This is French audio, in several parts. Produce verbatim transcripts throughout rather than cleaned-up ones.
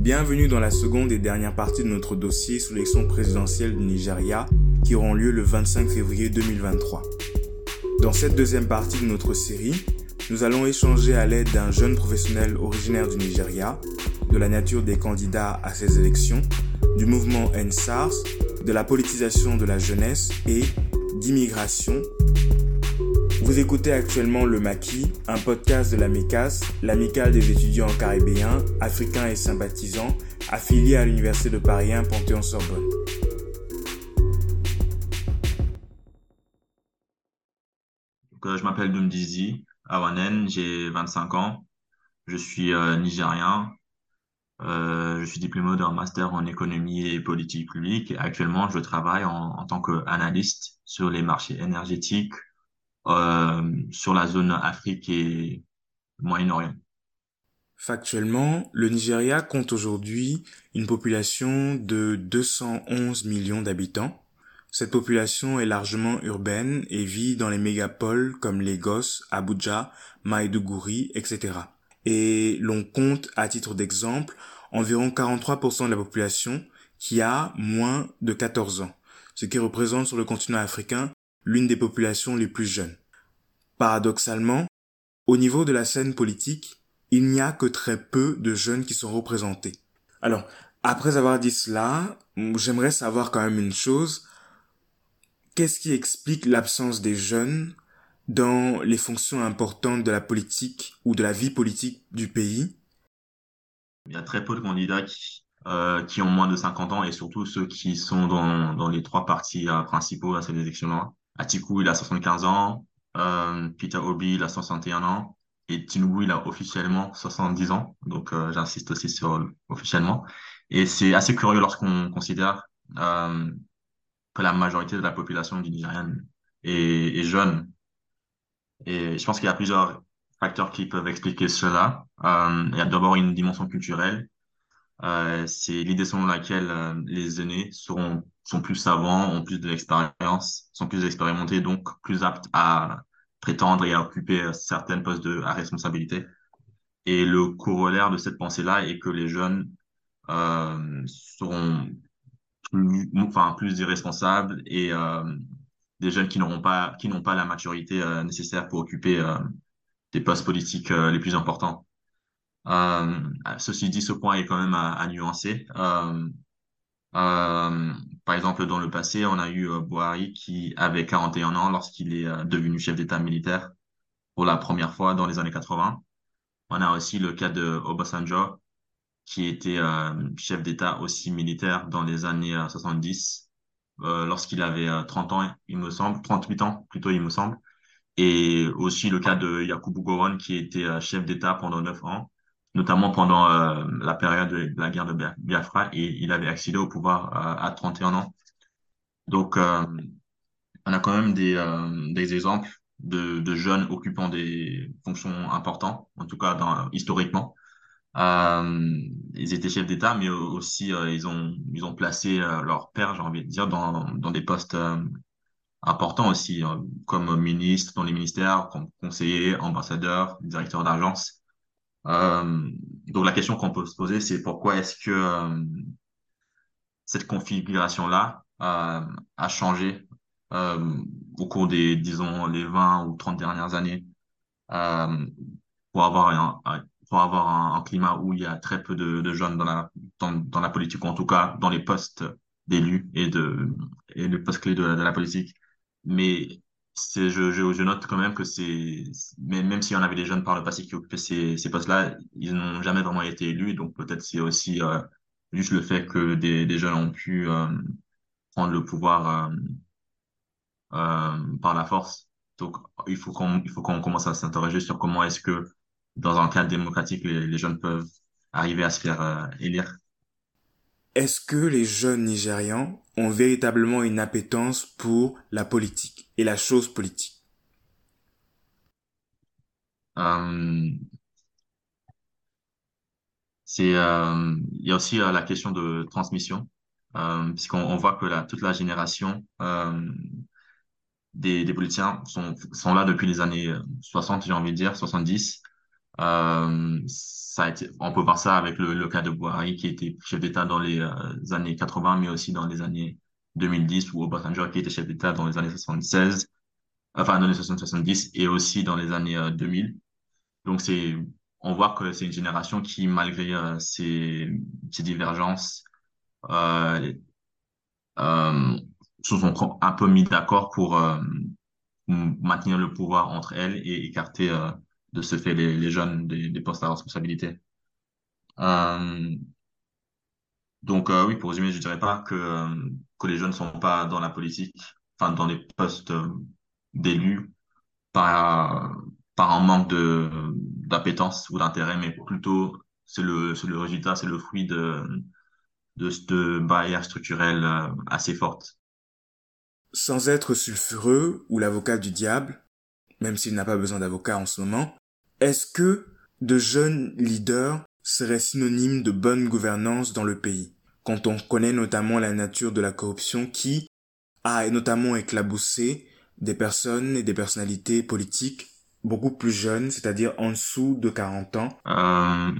Bienvenue dans la seconde et dernière partie de notre dossier sur l'élection présidentielle du Nigeria qui auront lieu le vingt-cinq février deux mille vingt-trois. Dans cette deuxième partie de notre série, nous allons échanger à l'aide d'un jeune professionnel originaire du Nigeria, de la nature des candidats à ces élections, du mouvement N S A R S, de la politisation de la jeunesse et d'immigration. Vous écoutez actuellement Le Maquis, un podcast de l'AMECAS, l'amicale des étudiants caribéens, africains et sympathisants, affiliés à l'Université de Paris un Panthéon-Sorbonne. Donc, euh, je m'appelle Dumdizi Awanen, j'ai vingt-cinq ans, je suis euh, nigérien, euh, je suis diplômé d'un master en économie et politique publique. Et actuellement, je travaille en, en tant qu'analyste sur les marchés énergétiques euh, sur la zone Afrique et Moyen-Orient. Factuellement, le Nigeria compte aujourd'hui une population de deux cent onze millions d'habitants. Cette population est largement urbaine et vit dans les mégapoles comme Lagos, Abuja, Maiduguri, et cetera. Et l'on compte, à titre d'exemple, environ quarante-trois pour cent de la population qui a moins de quatorze ans, ce qui représente sur le continent africain l'une des populations les plus jeunes. Paradoxalement, au niveau de la scène politique, il n'y a que très peu de jeunes qui sont représentés. Alors, après avoir dit cela, j'aimerais savoir quand même une chose. Qu'est-ce qui explique l'absence des jeunes dans les fonctions importantes de la politique ou de la vie politique du pays? Il y a très peu de candidats qui, euh, qui ont moins de cinquante ans et surtout ceux qui sont dans, dans les trois partis euh, principaux à ces élections-là. Atiku, il a soixante-quinze ans, euh, Peter Obi, il a soixante et un ans et Tinubu, il a officiellement soixante-dix ans. Donc, euh, j'insiste aussi sur le- officiellement. Et c'est assez curieux lorsqu'on considère euh, que la majorité de la population du Nigeria est, est jeune. Et je pense qu'il y a plusieurs facteurs qui peuvent expliquer cela. Euh, il y a d'abord une dimension culturelle. Euh, c'est l'idée selon laquelle euh, les aînés seront, sont plus savants, ont plus d'expérience, sont plus expérimentés, donc plus aptes à prétendre et à occuper euh, certaines postes de, à responsabilité. Et le corollaire de cette pensée-là est que les jeunes euh, seront plus, enfin, plus irresponsables et euh, des jeunes qui n'auront pas, qui n'ont pas la maturité euh, nécessaire pour occuper euh, des postes politiques euh, les plus importants. Euh, ceci dit, ce point est quand même à, à nuancer. Euh, Euh, par exemple, dans le passé, on a eu euh, Buhari qui avait quarante et un ans lorsqu'il est euh, devenu chef d'État militaire pour la première fois dans les années quatre-vingts. On a aussi le cas de Obasanjo qui était euh, chef d'État aussi militaire dans les années euh, soixante-dix euh, lorsqu'il avait euh, trente ans, il me semble, trente-huit ans plutôt, il me semble. Et aussi le cas de Yakubu Gowon qui était euh, chef d'État pendant neuf ans, notamment pendant euh, la période de la guerre de Bia- Biafra, et il avait accédé au pouvoir euh, à trente et un ans. Donc, euh, on a quand même des, euh, des exemples de, de jeunes occupant des fonctions importantes, en tout cas dans, historiquement. Euh, ils étaient chefs d'État, mais aussi euh, ils ont ils ont placé euh, leur père, j'ai envie de dire, dans dans des postes euh, importants aussi, euh, comme ministre dans les ministères, comme conseiller, ambassadeur, directeur d'agence. Euh, donc la question qu'on peut se poser, c'est pourquoi est-ce que euh, cette configuration-là euh, a changé euh, au cours des, disons, les vingt ou trente dernières années euh, pour avoir un, un- pour avoir un, un climat où il y a très peu de, de jeunes dans la, dans, dans la politique, ou en tout cas dans les postes d'élus et de, et les postes clés de, de la politique. Mais c'est, je, je, je note quand même que c'est, même, même s'il y en avait des jeunes par le passé qui occupaient ces, ces postes-là, ils n'ont jamais vraiment été élus. Donc peut-être c'est aussi euh, juste le fait que des, des jeunes ont pu euh, prendre le pouvoir euh, euh, par la force. Donc, il faut qu'on, il faut qu'on commence à s'interroger sur comment est-ce que, dans un cadre démocratique, les, les jeunes peuvent arriver à se faire euh, élire. Est-ce que les jeunes Nigérians ont véritablement une appétence pour la politique et la chose politique? Euh, c'est, euh, il y a aussi euh, la question de transmission, euh, puisqu'on on voit que la, toute la génération euh, des, des politiciens sont, sont là depuis les années soixante j'ai envie de dire, soixante-dix. Euh, ça a été, on peut voir ça avec le, le cas de Buhari qui était chef d'État dans les euh, années quatre-vingts, mais aussi dans les années deux mille dix, ou Obasanjo qui était chef d'État dans les années soixante-seize, enfin dans les soixante soixante-dix, et aussi dans les années euh, deux mille. Donc c'est, on voit que c'est une génération qui, malgré euh, ces, ces divergences, euh, euh, se sont un peu mis d'accord pour euh, maintenir le pouvoir entre elles et écarter euh, de ce fait les, les jeunes des, des postes à responsabilité. Euh, donc euh, oui, pour résumer, je dirais pas que, euh, que les jeunes sont pas dans la politique, enfin dans les postes euh, d'élus par, par un manque de d'appétence ou d'intérêt, mais plutôt c'est le, c'est le résultat, c'est le fruit de, de, de barrières structurelles euh, assez fortes. Sans être sulfureux ou l'avocat du diable, même s'il n'a pas besoin d'avocat en ce moment, est-ce que de jeunes leaders seraient synonymes de bonne gouvernance dans le pays, quand on connaît notamment la nature de la corruption qui a notamment éclaboussé des personnes et des personnalités politiques beaucoup plus jeunes, c'est-à-dire en dessous de quarante ans. Euh,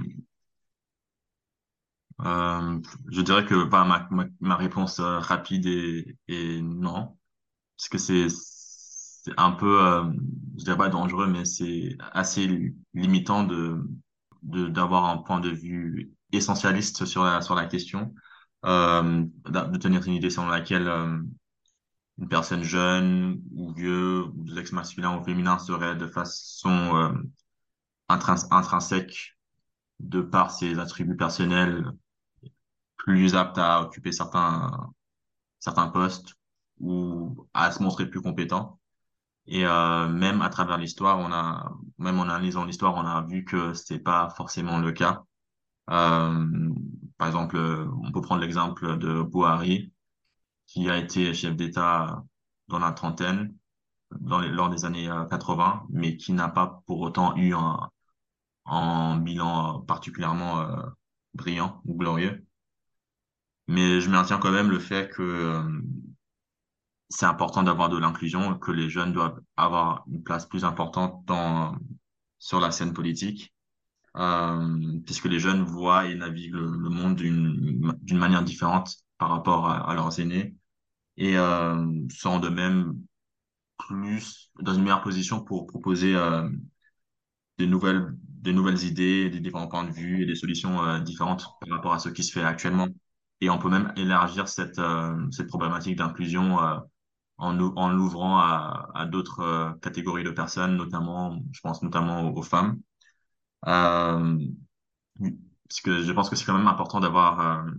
euh, je dirais que bah, ma, ma, ma réponse euh, rapide est, est non. Parce que c'est c'est un peu, euh, je dirais pas dangereux, mais c'est assez limitant de de d'avoir un point de vue essentialiste sur la sur la question, euh, d'a- de tenir une idée selon laquelle euh, une personne jeune ou vieux ou de sexe masculin ou féminin serait de façon euh, intrins- intrinsèque de par ses attributs personnels plus apte à occuper certains certains postes ou à se montrer plus compétent. Et euh, même à travers l'histoire, on a, même en analysant l'histoire, on a vu que c'est pas forcément le cas. Euh, Par exemple, euh, on peut prendre l'exemple de Buhari, qui a été chef d'État dans la trentaine, dans les, lors des années euh, quatre-vingts, mais qui n'a pas pour autant eu un, un bilan particulièrement euh, brillant ou glorieux. Mais je maintiens quand même le fait que euh, c'est important d'avoir de l'inclusion, que les jeunes doivent avoir une place plus importante dans, sur la scène politique, euh, puisque les jeunes voient et naviguent le, le monde d'une d'une manière différente par rapport à, à leurs aînés et euh, sont de même plus dans une meilleure position pour proposer euh, des nouvelles des nouvelles idées, des différents points de vue et des solutions euh, différentes par rapport à ce qui se fait actuellement. Et on peut même élargir cette euh, cette problématique d'inclusion euh, en, ou- en l'ouvrant à, à d'autres euh, catégories de personnes, notamment, je pense notamment aux, aux femmes. Euh, Parce que je pense que c'est quand même important d'avoir euh,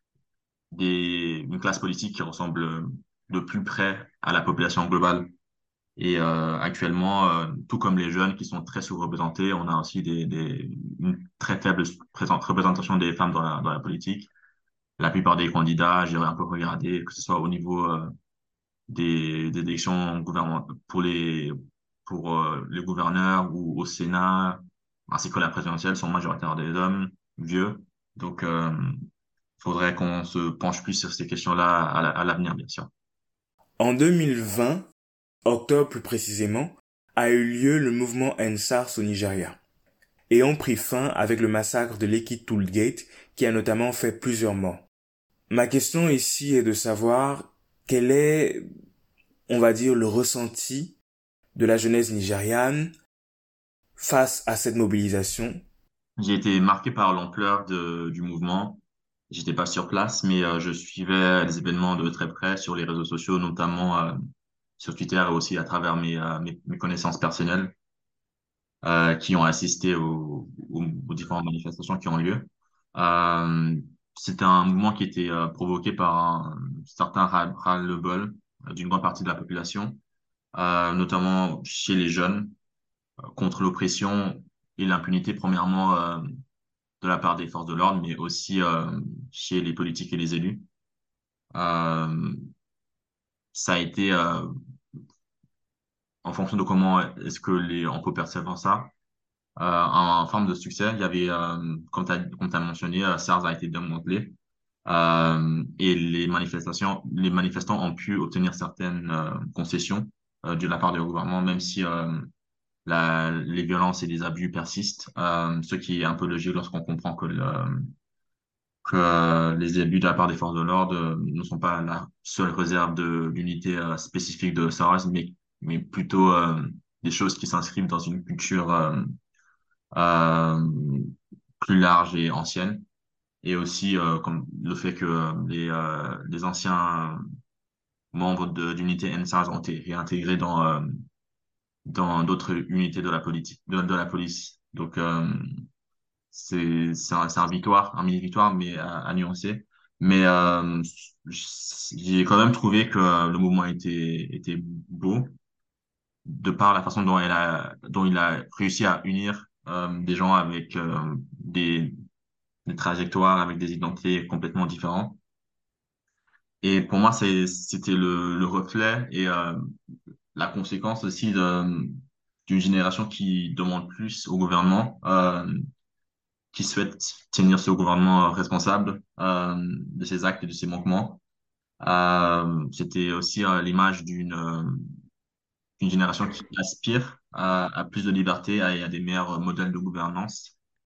des, une classe politique qui ressemble de plus près à la population globale. Et euh, actuellement, euh, tout comme les jeunes qui sont très sous-représentés, on a aussi des, des, une très faible présent- représentation des femmes dans la, dans la politique. La plupart des candidats, j'ai un peu regardé, que ce soit au niveau euh, des, des élections gouvernementales pour les pour euh, les gouverneurs ou au Sénat, ainsi que la présidentielle, sont majoritaires des hommes vieux. Donc, euh, faudrait qu'on se penche plus sur ces questions-là à la- à l'avenir, bien sûr. En deux mille vingt, octobre plus précisément, a eu lieu le mouvement N S A R S au Nigeria, et ont pris fin avec le massacre de Lekki Tollgate qui a notamment fait plusieurs morts. Ma question ici est de savoir quel est, on va dire, le ressenti de la jeunesse nigériane face à cette mobilisation. J'ai été marqué par l'ampleur de, du mouvement. J'étais pas sur place, mais euh, je suivais les événements de très près sur les réseaux sociaux, notamment euh, sur Twitter et aussi à travers mes, euh, mes, mes connaissances personnelles euh, qui ont assisté aux, aux, aux différentes manifestations qui ont lieu. Euh, C'était un mouvement qui était euh, provoqué par un certain ras- ras-le-bol euh, d'une grande partie de la population, euh, notamment chez les jeunes, euh, contre l'oppression et l'impunité, premièrement, euh, de la part des forces de l'ordre, mais aussi euh, chez les politiques et les élus. Euh, Ça a été, euh, en fonction de comment est-ce que les, on peut percevoir ça, euh, en, en forme de succès. Il y avait, euh, comme tu as, comme t'as mentionné, euh, SARS a été démantelé. Euh, et les manifestations, les manifestants ont pu obtenir certaines euh, concessions euh, de la part du gouvernement, même si euh, la, les violences et les abus persistent, euh, ce qui est un peu logique lorsqu'on comprend que, le, que euh, les abus de la part des forces de l'ordre euh, ne sont pas la seule réserve de l'unité euh, spécifique de SARS, mais, mais plutôt euh, des choses qui s'inscrivent dans une culture euh, euh, plus large et ancienne. Et aussi euh, comme le fait que euh, les, euh, les anciens membres de l'unité N SARS ont été réintégrés dans, euh, dans d'autres unités de la politique, de, de la police. Donc, euh, c'est, c'est un, c'est un victoire, un mini-victoire, mais à, à nuancer. Mais euh, j'ai quand même trouvé que le mouvement était, était beau, de par la façon dont, elle a, dont il a réussi à unir euh, des gens avec euh, des, des trajectoires, avec des identités complètement différentes. Et pour moi, c'est, c'était le, le reflet et euh, la conséquence aussi de, d'une génération qui demande plus au gouvernement, euh, qui souhaite tenir ce gouvernement responsable euh, de ses actes et de ses manquements. Euh, c'était aussi euh, l'image d'une euh, une génération qui aspire à, à plus de liberté et à, à des meilleurs modèles de gouvernance.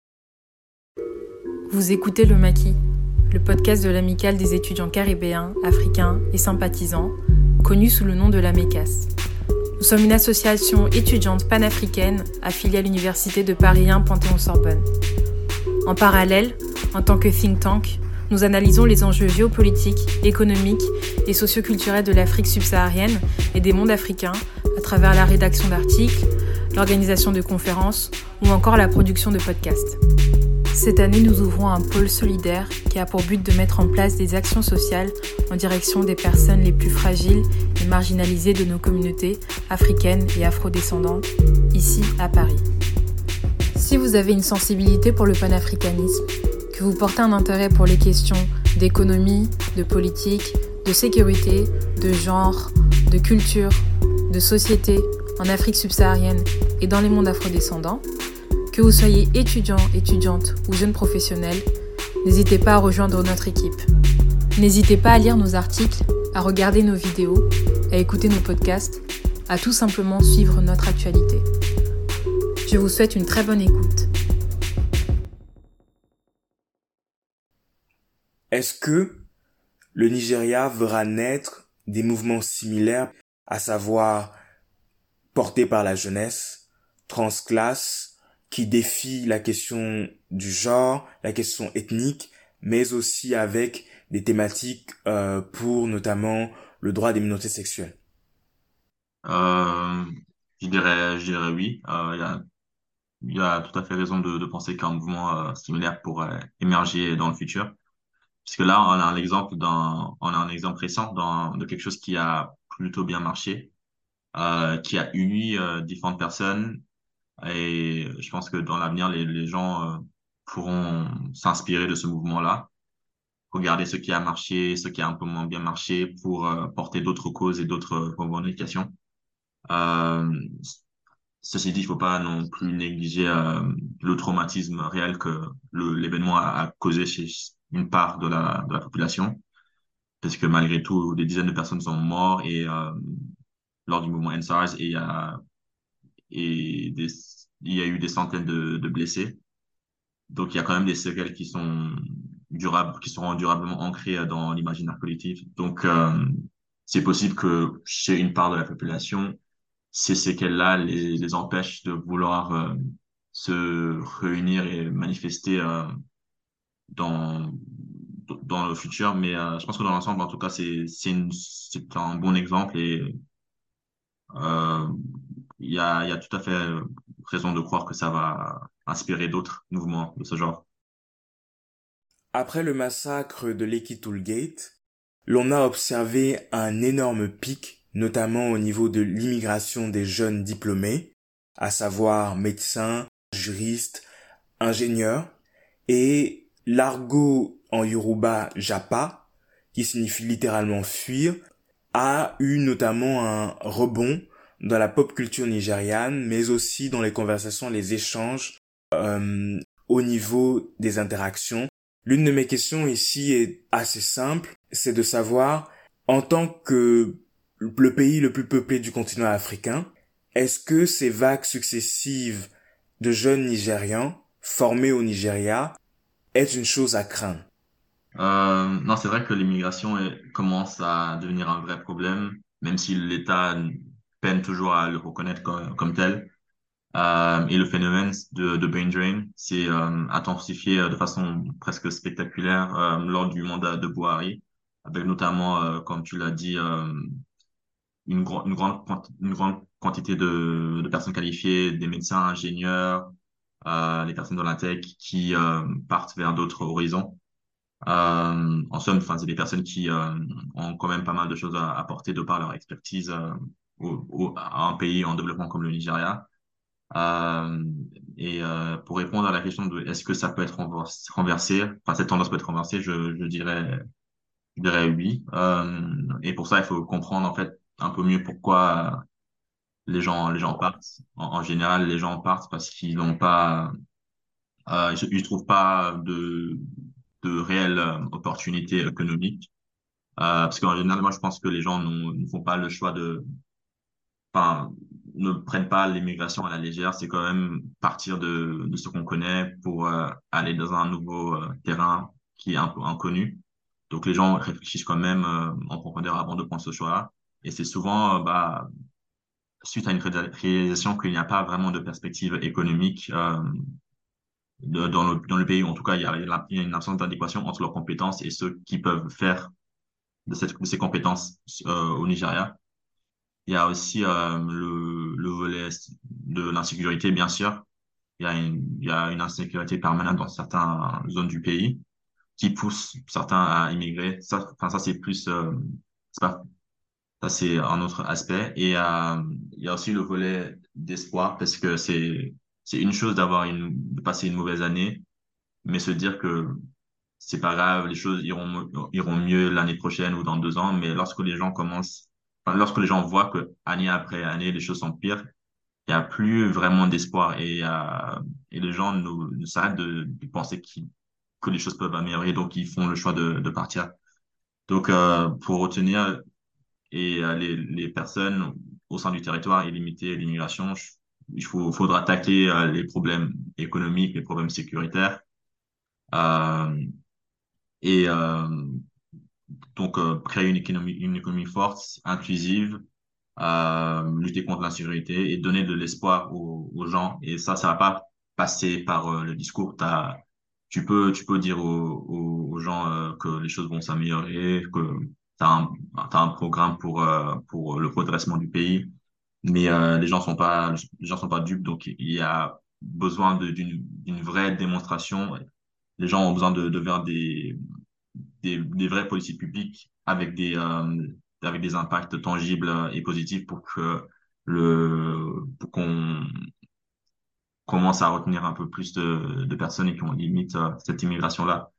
Vous écoutez Le Maquis, le podcast de l'Amicale des étudiants caribéens, africains et sympathisants, connu sous le nom de la MECAS. Nous sommes une association étudiante panafricaine affiliée à l'Université de Paris un Panthéon-Sorbonne. En parallèle, en tant que think tank, nous analysons les enjeux géopolitiques, économiques et socioculturels de l'Afrique subsaharienne et des mondes africains à travers la rédaction d'articles, l'organisation de conférences ou encore la production de podcasts. Cette année, nous ouvrons un pôle solidaire qui a pour but de mettre en place des actions sociales en direction des personnes les plus fragiles et marginalisées de nos communautés africaines et afrodescendantes, ici à Paris. Si vous avez une sensibilité pour le panafricanisme, que vous portez un intérêt pour les questions d'économie, de politique, de sécurité, de genre, de culture, de société en Afrique subsaharienne et dans les mondes afrodescendants, que vous soyez étudiant, étudiante ou jeune professionnel, n'hésitez pas à rejoindre notre équipe. N'hésitez pas à lire nos articles, à regarder nos vidéos, à écouter nos podcasts, à tout simplement suivre notre actualité. Je vous souhaite une très bonne écoute. Est-ce que le Nigeria verra naître des mouvements similaires, à savoir portés par la jeunesse, transclasse, qui défient la question du genre, la question ethnique, mais aussi avec des thématiques euh, pour notamment le droit des minorités sexuelles? Euh, je dirais, je dirais oui. Euh, Il y a, il y a tout à fait raison de, de penser qu'un mouvement euh, similaire pourrait émerger dans le futur. Puisque là, on a un exemple d'un, on a un exemple récent d'un, de quelque chose qui a plutôt bien marché, euh, qui a uni euh, différentes personnes. Et je pense que dans l'avenir, les, les gens euh, pourront s'inspirer de ce mouvement-là, regarder ce qui a marché, ce qui a un peu moins bien marché pour euh, porter d'autres causes et d'autres revendications. Euh, Ceci dit, il faut pas non plus négliger euh, le traumatisme réel que le, l'événement a, a causé chez une part de la, de la population, parce que malgré tout, des dizaines de personnes sont mortes et euh, lors du mouvement N SARS et, euh, et des, il y a eu des centaines de, de blessés. Donc, il y a quand même des séquelles qui sont durables, qui seront durablement ancrées dans l'imaginaire collectif. Donc, euh, c'est possible que chez une part de la population, ces séquelles-là les, les empêchent de vouloir euh, se réunir et manifester euh, dans dans le futur. Mais euh, je pense que dans l'ensemble, en tout cas, c'est c'est une, c'est un bon exemple et euh, il y a il y a tout à fait raison de croire que ça va inspirer d'autres mouvements de ce genre. Après le massacre de Lekki Toll Gate, l'on a observé un énorme pic, notamment au niveau de l'immigration des jeunes diplômés, à savoir médecins, juristes, ingénieurs, et l'argot en Yoruba japa, qui signifie littéralement fuir, a eu notamment un rebond dans la pop culture nigériane, mais aussi dans les conversations, les échanges euh, au niveau des interactions. L'une de mes questions ici est assez simple, c'est de savoir, en tant que le pays le plus peuplé du continent africain, est-ce que ces vagues successives de jeunes Nigérians formés au Nigeria est une chose à craindre? Euh, non, c'est vrai que l'immigration est- commence à devenir un vrai problème, même si l'État peine toujours à le reconnaître comme, comme tel. Euh, et le phénomène de, de brain drain s'est euh, intensifié euh, de façon presque spectaculaire euh, lors du mandat de Buhari, avec notamment, euh, comme tu l'as dit, euh, une, gro- une grande, quanti- une grande quantité de, de personnes qualifiées, des médecins, ingénieurs, euh, les personnes dans la tech qui euh, partent vers d'autres horizons. Euh, en somme, enfin, c'est des personnes qui euh, ont quand même pas mal de choses à apporter de par leur expertise euh, au, au- à un pays en développement comme le Nigeria. Euh, et euh, pour répondre à la question de est-ce que ça peut être renvers- renversé, enfin cette tendance peut être renversée, je, je dirais, je dirais oui. Euh, et pour ça, il faut comprendre en fait un peu mieux pourquoi euh, les gens les gens partent. En, en général, les gens partent parce qu'ils n'ont pas, euh, ils, ils trouvent pas de de réelles euh, opportunités économiques. Euh, parce qu'en général, moi, je pense que les gens n'ont- ne font pas le choix de enfin, ne prennent pas l'immigration à la légère. C'est quand même partir de, de ce qu'on connaît pour euh, aller dans un nouveau euh, terrain qui est un peu inconnu. Donc les gens réfléchissent quand même euh, en profondeur avant de prendre ce choix-là. Et c'est souvent euh, bah, suite à une réa- réalisation qu'il n'y a pas vraiment de perspective économique euh, de- dans le, dans le pays. En tout cas, il y a, il y a une absence d'adéquation entre leurs compétences et ce qu'ils peuvent faire de, cette, de ces compétences euh, au Nigeria. Il y a aussi euh, le, le volet de l'insécurité, bien sûr. Il y a une, il y a une insécurité permanente dans certaines zones du pays qui pousse certains à immigrer. Ça, enfin, ça c'est plus, euh, c'est pas, ça c'est un autre aspect. Et euh, il y a aussi le volet d'espoir parce que c'est, c'est une chose d'avoir une, de passer une mauvaise année, mais se dire que c'est pas grave, les choses iront, iront mieux l'année prochaine ou dans deux ans. Mais lorsque les gens commencent, enfin, lorsque les gens voient que année après année, les choses sont pires, il y a plus vraiment d'espoir et, euh, et les gens nous, nous s'arrêtent de, de penser qu'ils, que les choses peuvent améliorer, donc ils font le choix de, de partir. Donc, euh, pour retenir et euh, les, les personnes au sein du territoire et limiter l'immigration, je- il faut, faudra attaquer euh, les problèmes économiques, les problèmes sécuritaires, euh, et euh, donc euh, créer une économie, une économie forte, inclusive, euh, lutter contre l'insécurité et donner de l'espoir aux, aux gens. Et ça, ça va pas passer par euh, le discours. T'as, tu peux, tu peux dire aux, aux, aux gens euh, que les choses vont s'améliorer, que t'as un, t'as un programme pour euh, pour le redressement du pays, mais euh, les gens sont pas, les gens sont pas dupes. Donc il y a besoin de- d'une d'une vraie démonstration. Les gens ont besoin de, de voir des des, des vraies politiques publiques avec des, euh, avec des impacts tangibles et positifs pour que le, pour qu'on commence à retenir un peu plus de, de personnes et qu'on limite euh, cette immigration-là.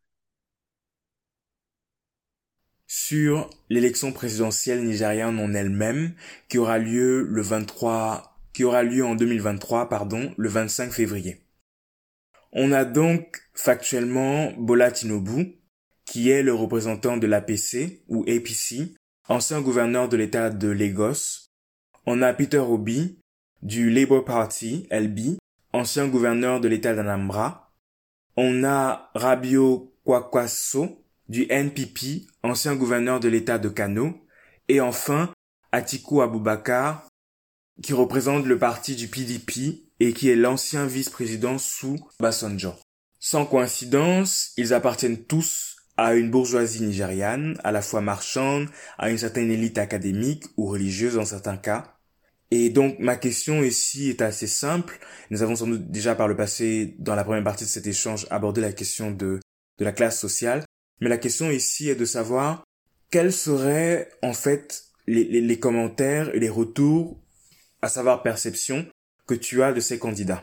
Sur l'élection présidentielle nigériane en elle-même, qui aura lieu le vingt-trois, qui aura lieu en deux mille vingt-trois, pardon, le vingt-cinq février. On a donc factuellement Bola Tinubu, qui est le représentant de l'A P C ou A P C, ancien gouverneur de l'État de Lagos. On a Peter Obi du Labour Party, L B, ancien gouverneur de l'État d'Anambra. On a Rabio Kwakwaso du N P P, ancien gouverneur de l'État de Kano. Et enfin, Atiku Abubakar, qui représente le parti du P D P et qui est l'ancien vice-président sous Obasanjo. Sans coïncidence, ils appartiennent tous à une bourgeoisie nigériane, à la fois marchande, à une certaine élite académique ou religieuse dans certains cas. Et donc ma question ici est assez simple. Nous avons sans doute déjà par le passé, dans la première partie de cet échange, abordé la question de, de la classe sociale. Mais la question ici est de savoir quels seraient en fait les, les, les commentaires et les retours, à savoir perception, que tu as de ces candidats.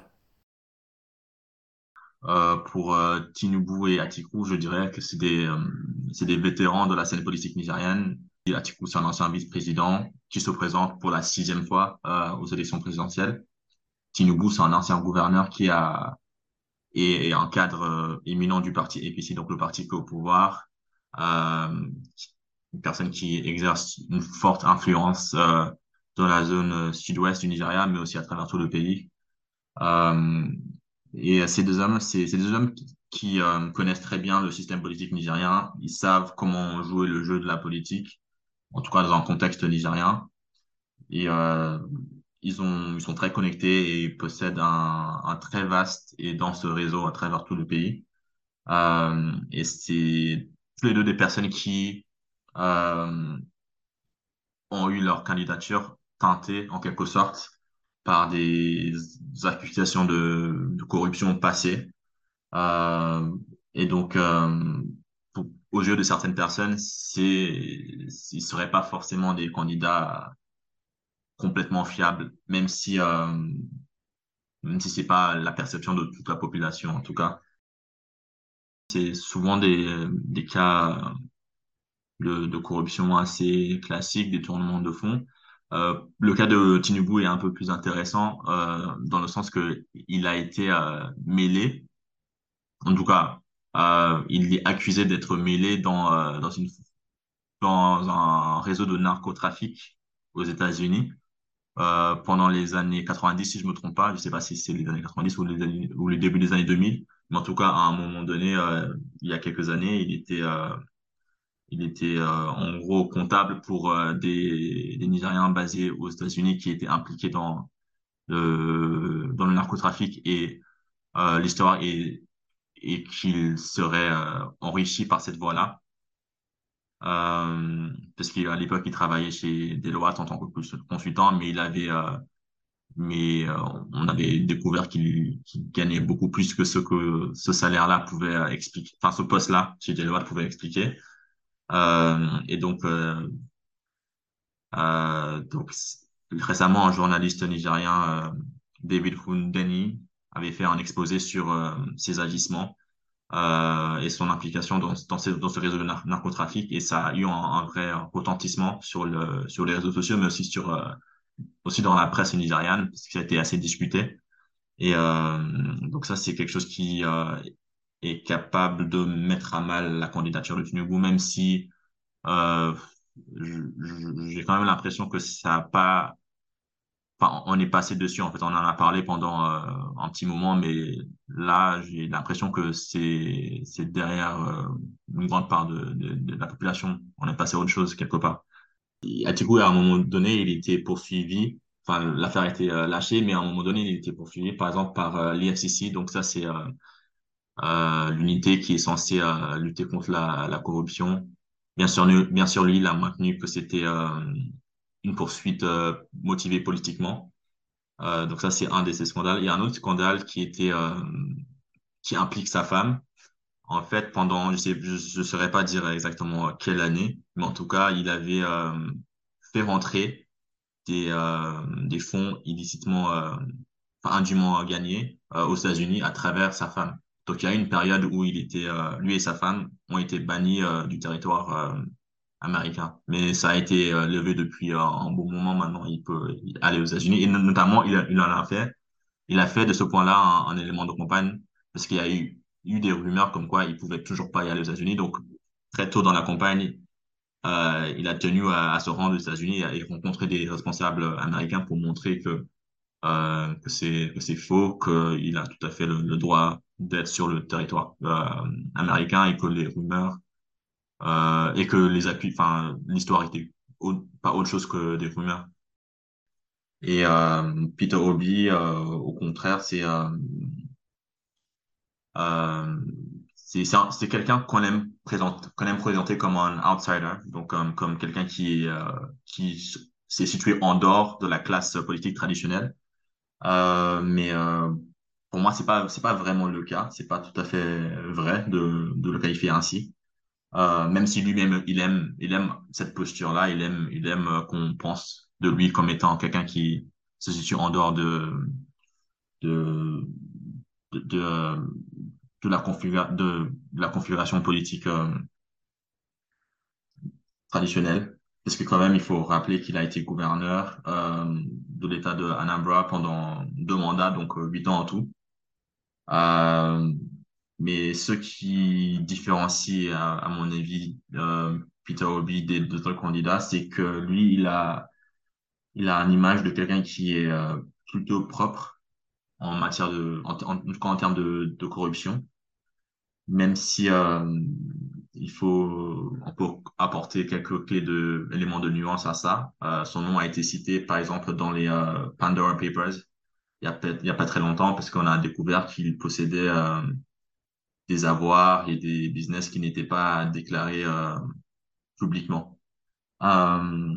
Euh, pour euh, Tinubu et Atiku, je dirais que c'est des, euh, c'est des vétérans de la scène politique nigériane. Et Atiku, c'est un ancien vice-président qui se présente pour la sixième fois euh, aux élections présidentielles. Tinubu, c'est un ancien gouverneur qui a et, et un cadre euh, éminent du parti A P C, donc le parti qui est au pouvoir, euh, une personne qui exerce une forte influence euh, dans la zone euh, sud-ouest du Nigeria, mais aussi à travers tout le pays. Euh, et ces deux hommes, c'est c'est deux hommes qui, qui, euh, connaissent très bien le système politique nigérien. Ils savent comment jouer le jeu de la politique, en tout cas dans un contexte nigérien. Et euh, ils ont, ils sont très connectés et possèdent un, un très vaste et dense réseau à travers tout le pays. Euh, et c'est tous les deux des personnes qui euh, ont eu leur candidature teintée en quelque sorte par des accusations de, de corruption passées. Euh, et donc, euh, pour- aux yeux de certaines personnes, c'est, ils seraient pas forcément des candidats complètement fiables, même si, euh, même si c'est pas la perception de toute la population, en tout cas. C'est souvent des, des cas de, de corruption assez classiques, des tournements de fonds. Euh, le cas de Tinubu est un peu plus intéressant euh, dans le sens que il a été euh, mêlé, en tout cas, euh, il est accusé d'être mêlé dans euh, dans une dans un réseau de narcotrafic aux États-Unis euh, pendant les années quatre-vingt-dix, si je me trompe pas. Je sais pas si c'est les années quatre-vingt-dix ou les années, ou le début des années deux mille, mais en tout cas, à un moment donné, euh, il y a quelques années, il était euh, il était euh, en gros comptable pour euh, des, des Nigériens basés aux États-Unis qui étaient impliqués dans le, dans le narcotrafic et euh, l'histoire est, est qu'il serait euh, enrichi par cette voie-là. Euh, parce qu'à l'époque, il travaillait chez Deloitte en tant que consultant, mais il avait, euh, mais euh, on avait découvert qu'il qu'il gagnait beaucoup plus que ce que ce salaire-là pouvait euh, expliquer, enfin ce poste-là chez Deloitte pouvait expliquer. Euh, et donc, euh, Euh, donc, c- récemment, un journaliste nigérien, euh, David Hundenyi, avait fait un exposé sur euh, ses agissements euh, et son implication dans, dans, ce, dans ce réseau de nar- narcotrafic. Et ça a eu un, un vrai retentissement sur le, sur les réseaux sociaux, mais aussi sur, euh, aussi dans la presse nigériane, parce que ça a été assez discuté. Et euh, donc ça, c'est quelque chose qui euh, est capable de mettre à mal la candidature de Tinubu, même si euh, je- je- j'ai quand même l'impression que ça a pas, enfin, on est passé dessus, en fait, on en a parlé pendant euh, un petit moment, mais là, j'ai l'impression que c'est, c'est derrière euh, une grande part de, de, de la population. On est passé à autre chose quelque part. Et Atiku, à un moment donné, il était poursuivi. Enfin, l'affaire a été euh, lâchée, mais à un moment donné, il était poursuivi, par exemple, par euh, l'I F C C. Donc ça, c'est euh, euh, l'unité qui est censée euh, lutter contre la, la corruption. Bien sûr, lui- bien sûr, lui, il a maintenu que c'était euh, une poursuite euh, motivée politiquement. Euh, donc ça, c'est un de ces scandales. Il y a un autre scandale qui était euh, qui implique sa femme. En fait, pendant, je sais, je, je saurais pas dire exactement quelle année, mais en tout cas, il avait euh, fait rentrer des euh, des fonds illicitement, euh, enfin, indûment gagnés euh, aux États-Unis à travers sa femme. Donc, il y a eu une période où il était, euh, lui et sa femme ont été bannis euh, du territoire euh, américain. Mais ça a été euh, levé depuis euh, un bon moment maintenant. Il peut aller aux États-Unis et no- notamment, il, a- il en a fait il a fait de ce point-là un, un élément de campagne parce qu'il y a eu, eu des rumeurs comme quoi il pouvait toujours pas y aller aux États-Unis. Donc, très tôt dans la campagne, euh, il a tenu à, à se rendre aux États-Unis et rencontrer des responsables américains pour montrer que, euh, que c'est, que c'est faux, qu'il a tout à fait le, le droit d'être sur le territoire euh, américain et que les rumeurs euh, et que les appuis, enfin, l'histoire était au- pas autre chose que des rumeurs. Et euh, Peter Obi, euh, au contraire, c'est euh, Euh, c'est c'est un- c'est quelqu'un qu'on aime présenter qu'on aime présenter comme un outsider, donc comme comme quelqu'un qui est, euh, qui s- s'est situé en dehors de la classe politique traditionnelle. Euh, mais euh, pour moi, c'est pas c'est pas vraiment le cas. C'est pas tout à fait vrai de de le qualifier ainsi. Euh, même si lui-même il aime il aime cette posture-là, il aime il aime euh, qu'on pense de lui comme étant quelqu'un qui se situe en dehors de de de, de, de la configura- de, de la configuration politique euh, traditionnelle. Parce que quand même, il faut rappeler qu'il a été gouverneur euh, de l'État de Anambra pendant deux mandats, donc euh, huit ans en tout. Euh, mais ce qui différencie, à, à mon avis, euh, Peter Obi des d'autres candidats, c'est que lui, il a il a une image de quelqu'un qui est euh, plutôt propre en matière de, en, en, en tout cas en termes de, de corruption, même si euh, il faut, on peut apporter quelques clés de, éléments de nuance à ça. Euh, son nom a été cité, par exemple, dans les euh, Pandora Papers, il y a peut-être, il y a pas très longtemps, parce qu'on a découvert qu'il possédait euh, des avoirs et des business qui n'étaient pas déclarés euh, publiquement. Euh,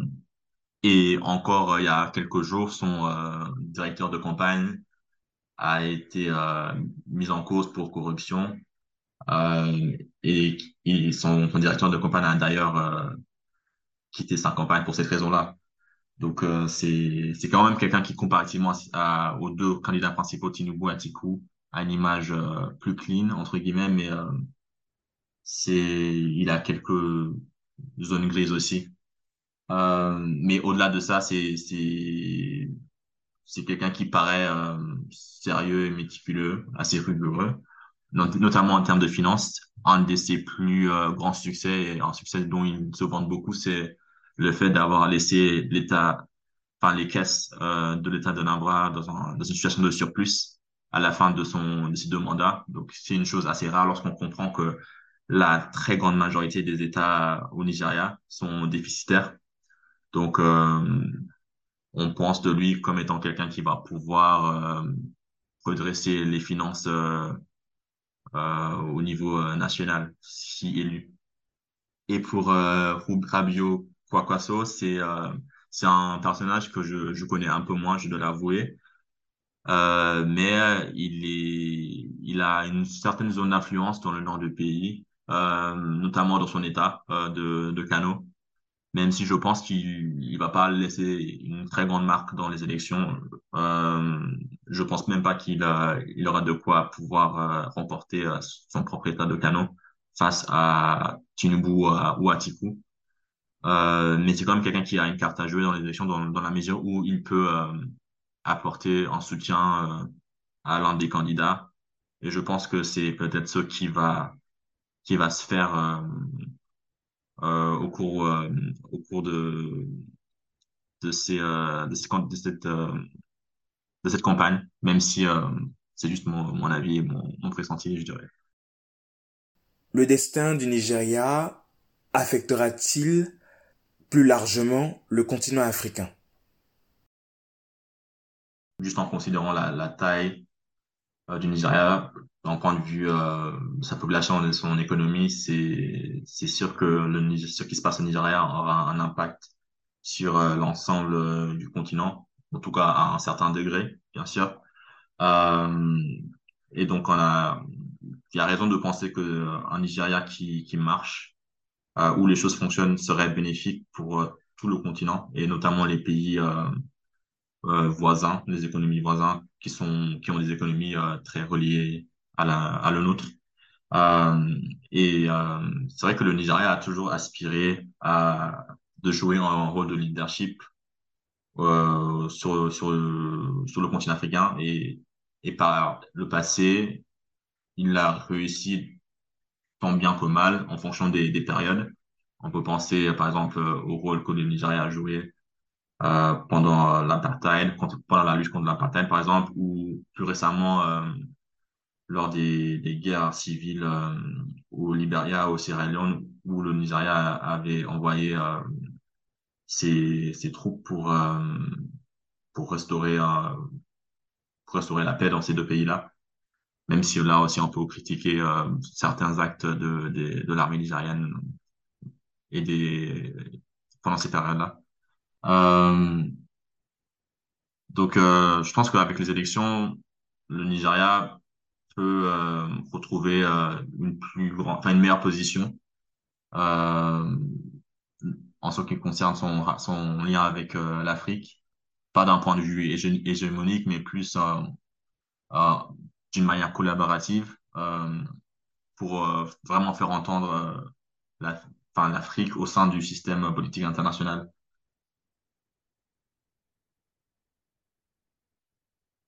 et encore, euh, il y a quelques jours, son euh, directeur de campagne a été euh, mis en cause pour corruption. Euh, et, et son, son directeur de campagne a d'ailleurs euh, quitté sa campagne pour cette raison-là. Donc, euh, c'est, c'est quand même quelqu'un qui, comparativement à, aux deux candidats principaux, Tinubu et Atiku, a une image euh, plus clean, entre guillemets, mais euh, c'est, il a quelques zones grises aussi. Euh, mais au-delà de ça, c'est, c'est, c'est quelqu'un qui paraît euh, sérieux et méticuleux, assez rigoureux, not- notamment en termes de finances. Un de ses plus euh, grands succès, et un succès dont il se vante beaucoup, c'est le fait d'avoir laissé l'État, enfin les caisses euh, de l'État de Nambra dans, un, dans une situation de surplus à la fin de son de ses deux mandats. Donc c'est une chose assez rare lorsqu'on comprend que la très grande majorité des États au Nigeria sont déficitaires. Donc euh, on pense de lui comme étant quelqu'un qui va pouvoir euh, redresser les finances euh, euh, au niveau euh, national si élu. Et pour euh, Rabio Kwakwaso, c'est euh, c'est un personnage que je, je connais un peu moins, je dois l'avouer. Euh, mais euh, il est, il a une certaine zone d'influence dans le nord du pays, euh, notamment dans son état euh, de, de Kano. Même si je pense qu'il il va pas laisser une très grande marque dans les élections, euh, je pense même pas qu'il a, il aura de quoi pouvoir euh, remporter euh, son propre état de Kano face à Tinubu ou à, ou à Atiku. Euh, mais c'est quand même quelqu'un qui a une carte à jouer dans les élections dans, dans la mesure où il peut euh, apporter un soutien euh, à l'un des candidats. Et je pense que c'est peut-être ce qui va qui va se faire euh, euh, au cours euh, au cours de de ces euh, de, ces, de cette euh, de cette campagne, même si euh, c'est juste mon, mon avis et mon, mon pressenti, je dirais. Le destin du Nigeria affectera-t-il plus largement le continent africain? Juste en considérant la, la taille euh, du Nigeria, d'un point de vue euh, de sa population et de son économie, c'est c'est sûr que le, Nige- ce qui se passe au Nigeria aura un impact sur euh, l'ensemble euh, du continent, en tout cas à un certain degré, bien sûr. Euh, et donc on a, il y a raison de penser que euh, un Nigeria qui qui marche, euh, où les choses fonctionnent, serait bénéfique pour euh, tout le continent et notamment les pays euh, euh, voisins, les économies voisines qui sont qui ont des économies euh, très reliées à la à la nôtre. Euh, et euh, c'est vrai que le Nigeria a toujours aspiré à de jouer un rôle de leadership euh, sur sur le, sur le continent africain et et par le passé, il a réussi tant bien que mal en fonction des des périodes. On peut penser par exemple au rôle que le Nigeria a joué euh, pendant l'apartheid, contre- pendant la lutte contre l'apartheid, par exemple, ou plus récemment euh, lors des, des guerres civiles euh, au Liberia, au Sierra Leone, où le Nigeria avait envoyé euh, ses, ses troupes pour, euh, pour restaurer, euh, pour restaurer la paix dans ces deux pays-là. Même si là aussi on peut critiquer euh, certains actes de, de, de l'armée nigérienne et des, pendant ces périodes-là. Euh, donc, euh, je pense qu'avec les élections, le Nigeria peut euh, retrouver euh, une plus grande, enfin une meilleure position euh, en ce qui concerne son, ra- son lien avec euh, l'Afrique, pas d'un point de vue hégé- hégémonique, mais plus euh, euh, d'une manière collaborative euh, pour euh, vraiment faire entendre euh, la, enfin, l'Afrique au sein du système politique international.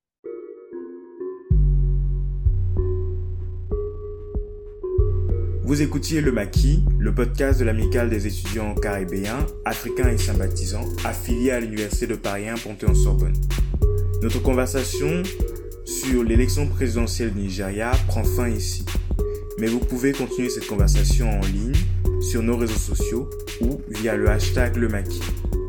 Vous Vous écoutiez Le Maquis, le podcast de l'Amicale des étudiants caribéens, africains et sympathisants, affiliés à l'Université de Paris un Panthéon-Sorbonne. Notre conversation sur l'élection présidentielle du Nigeria prend fin ici. Mais vous pouvez continuer cette conversation en ligne, sur nos réseaux sociaux ou via le hashtag Le Maquis.